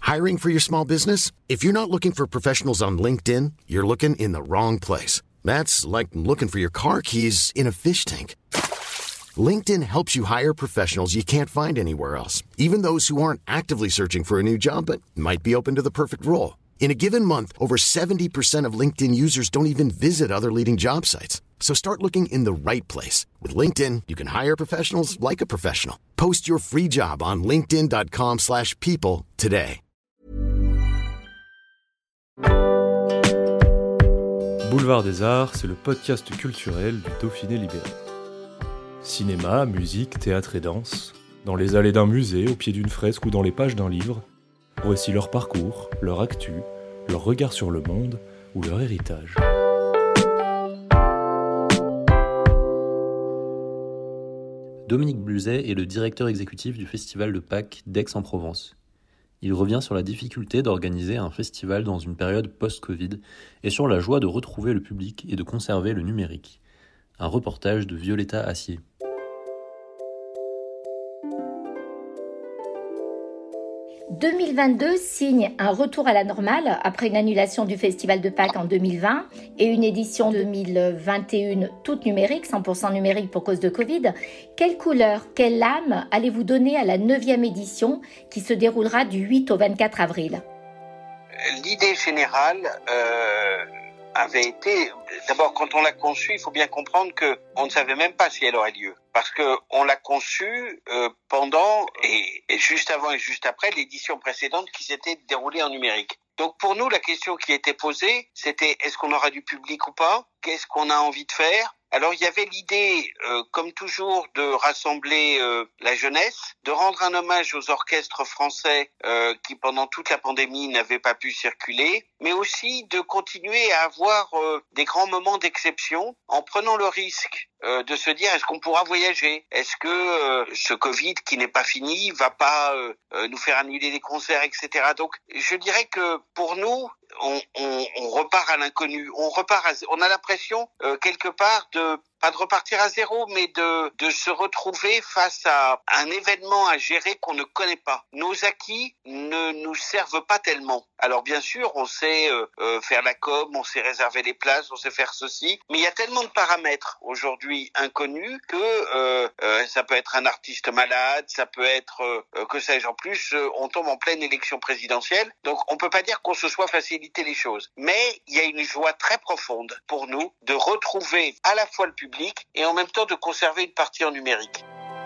Hiring for your small business? If you're not looking for professionals on LinkedIn, you're looking in the wrong place. That's like looking for your car keys in a fish tank. LinkedIn helps you hire professionals you can't find anywhere else, even those who aren't actively searching for a new job but might be open to the perfect role. In a given month, over 70% of LinkedIn users don't even visit other leading job sites. So start looking in the right place. With LinkedIn, you can hire professionals like a professional. Post your free job on linkedin.com/people today. Boulevard des Arts, c'est le podcast culturel du Dauphiné libéré. Cinéma, musique, théâtre et danse, dans les allées d'un musée, au pied d'une fresque ou dans les pages d'un livre, voici leur parcours, leur actu, leur regard sur le monde ou leur héritage. Dominique Bluzet est le directeur exécutif du Festival de Pâques d'Aix-en-Provence. Il revient sur la difficulté d'organiser un festival dans une période post-Covid et sur la joie de retrouver le public et de conserver le numérique. Un reportage de Violetta Assier. « 2022 signe un retour à la normale après une annulation du Festival de Pâques en 2020 et une édition 2021 toute numérique, 100% numérique pour cause de Covid. Quelle couleur, quelle âme allez-vous donner à la 9e édition qui se déroulera du 8 au 24 avril ? L'idée générale avait été, d'abord quand on l'a conçue, il faut bien comprendre qu'on ne savait même pas si elle aurait lieu. Parce qu'on l'a conçue pendant et juste avant et juste après l'édition précédente qui s'était déroulée en numérique. Donc pour nous, la question qui était posée, c'était est-ce qu'on aura du public ou pas ? Qu'est-ce qu'on a envie de faire ? Alors il y avait l'idée, comme toujours, de rassembler la jeunesse, de rendre un hommage aux orchestres français qui pendant toute la pandémie n'avaient pas pu circuler, mais aussi de continuer à avoir des grands moments d'exception en prenant le risque de se dire est-ce qu'on pourra voyager ? Est-ce que ce Covid qui n'est pas fini va pas nous faire annuler des concerts, etc. Donc je dirais que pour nous, on repart à l'inconnu. On a l'impression quelque part pas de repartir à zéro, mais de se retrouver face à un événement à gérer qu'on ne connaît pas. Nos acquis ne nous servent pas tellement. Alors bien sûr, on sait faire la com, on sait réserver les places, on sait faire ceci, mais il y a tellement de paramètres aujourd'hui inconnus que ça peut être un artiste malade, ça peut être que sais-je. En plus, on tombe en pleine élection présidentielle, donc on peut pas dire qu'on se soit facilité les choses. Mais il y a une joie très profonde pour nous de retrouver à la fois le public et en même temps de conserver une partie en numérique.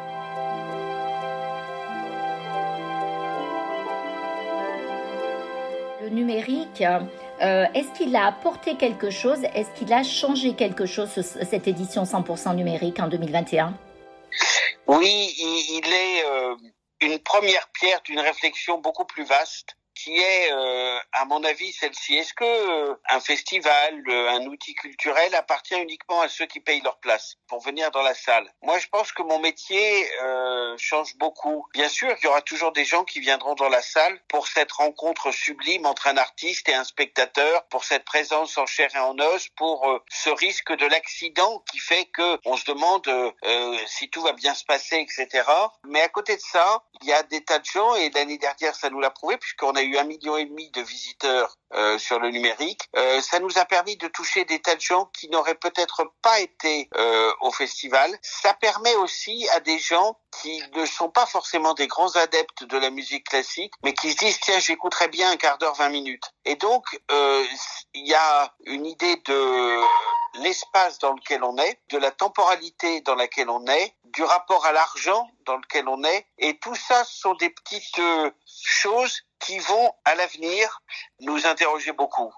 Le numérique, est-ce qu'il a apporté quelque chose ? Est-ce qu'il a changé quelque chose, cette édition 100% numérique en 2021 ? Oui, il est une première pierre d'une réflexion beaucoup plus vaste qui est, à mon avis, celle-ci. Est-ce que un festival, un outil culturel appartient uniquement à ceux qui payent leur place pour venir dans la salle ? Moi, je pense que mon métier change beaucoup. Bien sûr, il y aura toujours des gens qui viendront dans la salle pour cette rencontre sublime entre un artiste et un spectateur, pour cette présence en chair et en os, pour ce risque de l'accident qui fait que on se demande si tout va bien se passer, etc. Mais à côté de ça, il y a des tas de gens, et l'année dernière, ça nous l'a prouvé, puisqu'on a eu 1,5 million de visiteurs sur le numérique. Ça nous a permis de toucher des tas de gens qui n'auraient peut-être pas été au festival. Ça permet aussi à des gens qui ne sont pas forcément des grands adeptes de la musique classique, mais qui se disent tiens, j'écouterais bien un quart d'heure, 20 minutes. Et donc il y a une idée de l'espace dans lequel on est, de la temporalité dans laquelle on est, du rapport à l'argent dans lequel on est, et tout ça sont des petites choses qui vont à l'avenir nous interroger beaucoup.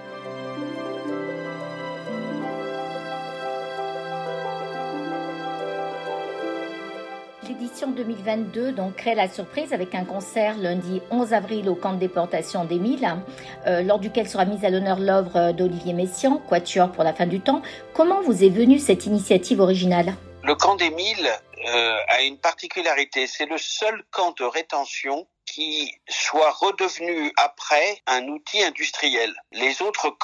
L'édition 2022 donc crée la surprise avec un concert lundi 11 avril au camp de déportation d'Émile, lors duquel sera mise à l'honneur l'œuvre d'Olivier Messiaen, Quatuor pour la fin du temps. Comment vous est venue cette initiative originale ? Le camp d'Émile a une particularité, c'est le seul camp de rétention qui soit redevenu après un outil industriel. Les autres camps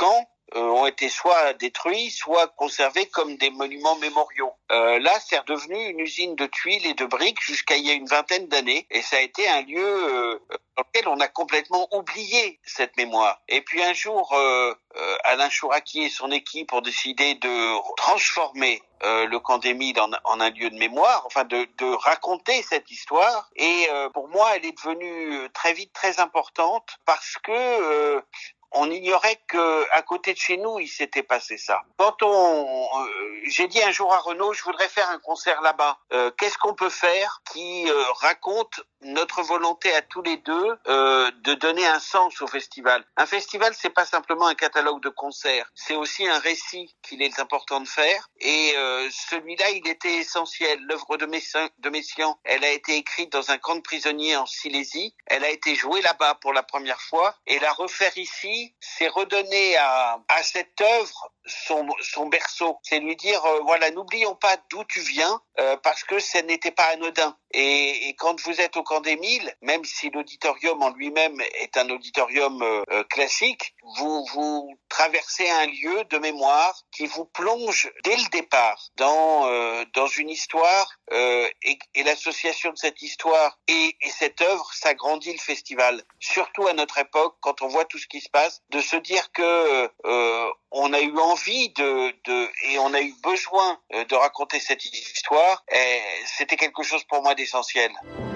ont été soit détruits, soit conservés comme des monuments mémoriaux. Là, c'est redevenu une usine de tuiles et de briques jusqu'à il y a une vingtaine d'années, et ça a été un lieu dans lequel on a complètement oublié cette mémoire. Et puis un jour, Alain Chouraqui et son équipe ont décidé de transformer le camp d'Émile en un lieu de mémoire, enfin de raconter cette histoire. Et pour moi, elle est devenue très vite très importante parce que on ignorait que à côté de chez nous, il s'était passé ça. J'ai dit un jour à Renaud, je voudrais faire un concert là-bas. Qu'est-ce qu'on peut faire qui raconte notre volonté à tous les deux de donner un sens au festival. Un festival, c'est pas simplement un catalogue de concerts, c'est aussi un récit qu'il est important de faire. Et celui-là, il était essentiel. L'œuvre de Messiaen, elle a été écrite dans un camp de prisonniers en Silésie. Elle a été jouée là-bas pour la première fois. Et la refaire ici, c'est redonner à cette œuvre son berceau. C'est lui dire, voilà, n'oublions pas d'où tu viens, parce que ce n'était pas anodin. Et quand vous êtes au camp d'Émile, même si l'auditorium en lui-même est un auditorium classique, vous traversez un lieu de mémoire qui vous plonge dès le départ dans une histoire, et l'association de cette histoire et cette œuvre, ça grandit le festival. Surtout à notre époque, quand on voit tout ce qui se passe, de se dire que on a eu envie et on a eu besoin de raconter cette histoire. Et c'était quelque chose pour moi d'essentiel.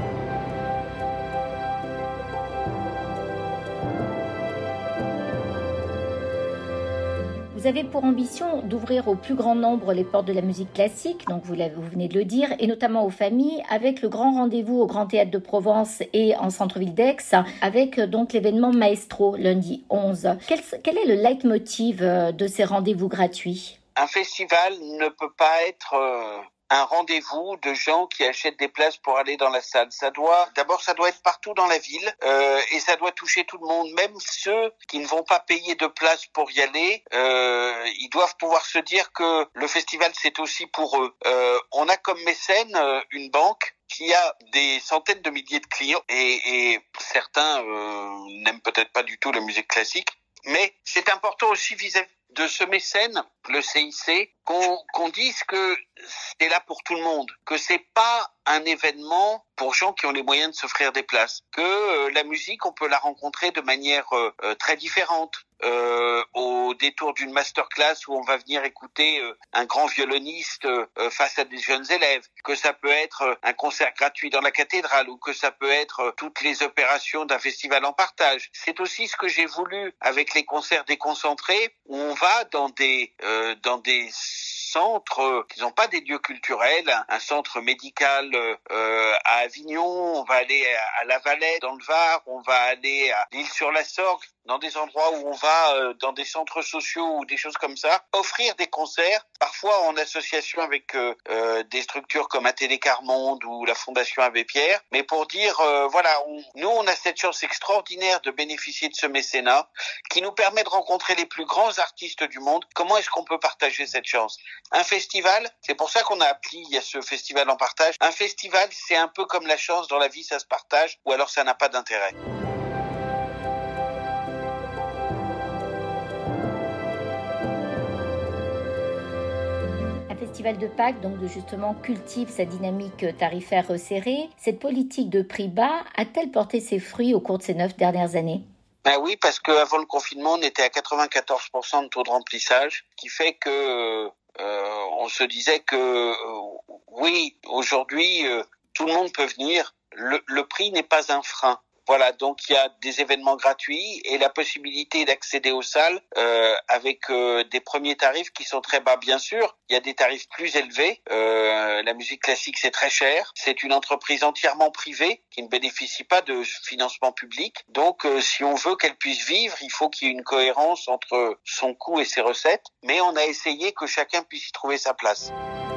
Vous avez pour ambition d'ouvrir au plus grand nombre les portes de la musique classique, donc vous venez de le dire, et notamment aux familles, avec le grand rendez-vous au Grand Théâtre de Provence et en centre-ville d'Aix, avec donc l'événement Maestro, lundi 11. Quel est le leitmotiv de ces rendez-vous gratuits ? Un festival ne peut pas être un rendez-vous de gens qui achètent des places pour aller dans la salle. Ça doit être partout dans la ville, et ça doit toucher tout le monde, même ceux qui ne vont pas payer de place pour y aller. Ils doivent pouvoir se dire que le festival, c'est aussi pour eux. On a comme mécène une banque qui a des centaines de milliers de clients, et certains n'aiment peut-être pas du tout la musique classique, mais c'est important aussi vis-à-vis de ce mécène, le CIC, qu'on dise que c'est là pour tout le monde, que c'est pas un événement pour gens qui ont les moyens de s'offrir des places, que la musique, on peut la rencontrer de manière très différente, au détour d'une masterclass où on va venir écouter un grand violoniste face à des jeunes élèves, que ça peut être un concert gratuit dans la cathédrale, ou que ça peut être toutes les opérations d'un festival en partage. C'est aussi ce que j'ai voulu avec les concerts déconcentrés, où on va dans des centres qui n'ont pas des lieux culturels, un centre médical à Avignon, on va aller à La Valette dans le Var, on va aller à l'Île-sur-la-Sorgue, dans des endroits où on va dans des centres sociaux ou des choses comme ça, offrir des concerts, parfois en association avec des structures comme Athénée Carmonde ou la Fondation Abbé Pierre, mais pour dire, nous on a cette chance extraordinaire de bénéficier de ce mécénat qui nous permet de rencontrer les plus grands artistes du monde. Comment est-ce qu'on peut partager cette chance ? Un festival, c'est pour ça qu'on a appelé, il y a ce festival en partage, un festival c'est un peu comme la chance dans la vie, ça se partage, ou alors ça n'a pas d'intérêt. Le Festival de Pâques, donc justement, cultive sa dynamique tarifaire resserrée. Cette politique de prix bas a-t-elle porté ses fruits au cours de ces 9 dernières années ? Ben oui, parce qu'avant le confinement, on était à 94% de taux de remplissage, ce qui fait que on se disait que oui, aujourd'hui, tout le monde peut venir. Le prix n'est pas un frein. Voilà, donc il y a des événements gratuits et la possibilité d'accéder aux salles avec des premiers tarifs qui sont très bas. Bien sûr, il y a des tarifs plus élevés. La musique classique, c'est très cher. C'est une entreprise entièrement privée qui ne bénéficie pas de financement public. Donc, si on veut qu'elle puisse vivre, il faut qu'il y ait une cohérence entre son coût et ses recettes. Mais on a essayé que chacun puisse y trouver sa place.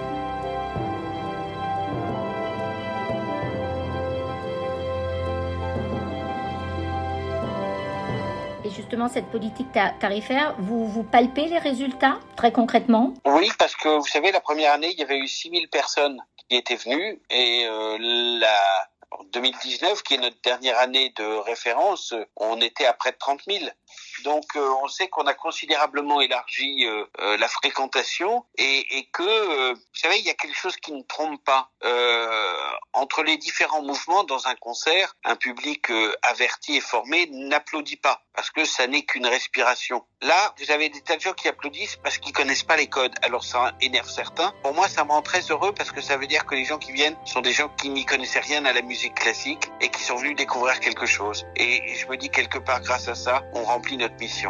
Et justement, cette politique tarifaire, vous palpez les résultats, très concrètement ? Oui, parce que vous savez, la première année, il y avait eu 6000 personnes qui étaient venues et En 2019, qui est notre dernière année de référence, on était à près de 30 000. Donc on sait qu'on a considérablement élargi la fréquentation et que, vous savez, il y a quelque chose qui ne trompe pas. Entre les différents mouvements dans un concert, un public averti et formé n'applaudit pas parce que ça n'est qu'une respiration. Là, vous avez des tas de gens qui applaudissent parce qu'ils connaissent pas les codes. Alors ça énerve certains. Pour moi, ça me rend très heureux parce que ça veut dire que les gens qui viennent sont des gens qui n'y connaissaient rien à la musique classique et qui sont venus découvrir quelque chose. Et je me dis quelque part, grâce à ça, on remplit notre mission.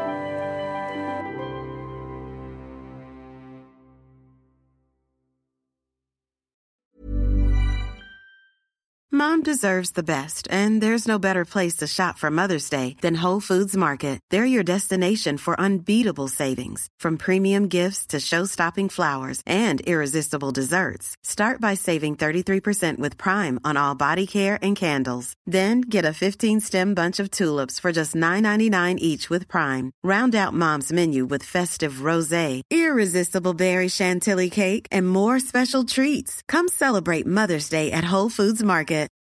Mom deserves the best, and there's no better place to shop for Mother's Day than Whole Foods Market. They're your destination for unbeatable savings, from premium gifts to show-stopping flowers and irresistible desserts. Start by saving 33% with Prime on all body care and candles. Then get a 15-stem bunch of tulips for just $9.99 each with Prime. Round out Mom's menu with festive rosé, irresistible berry chantilly cake, and more special treats. Come celebrate Mother's Day at Whole Foods Market.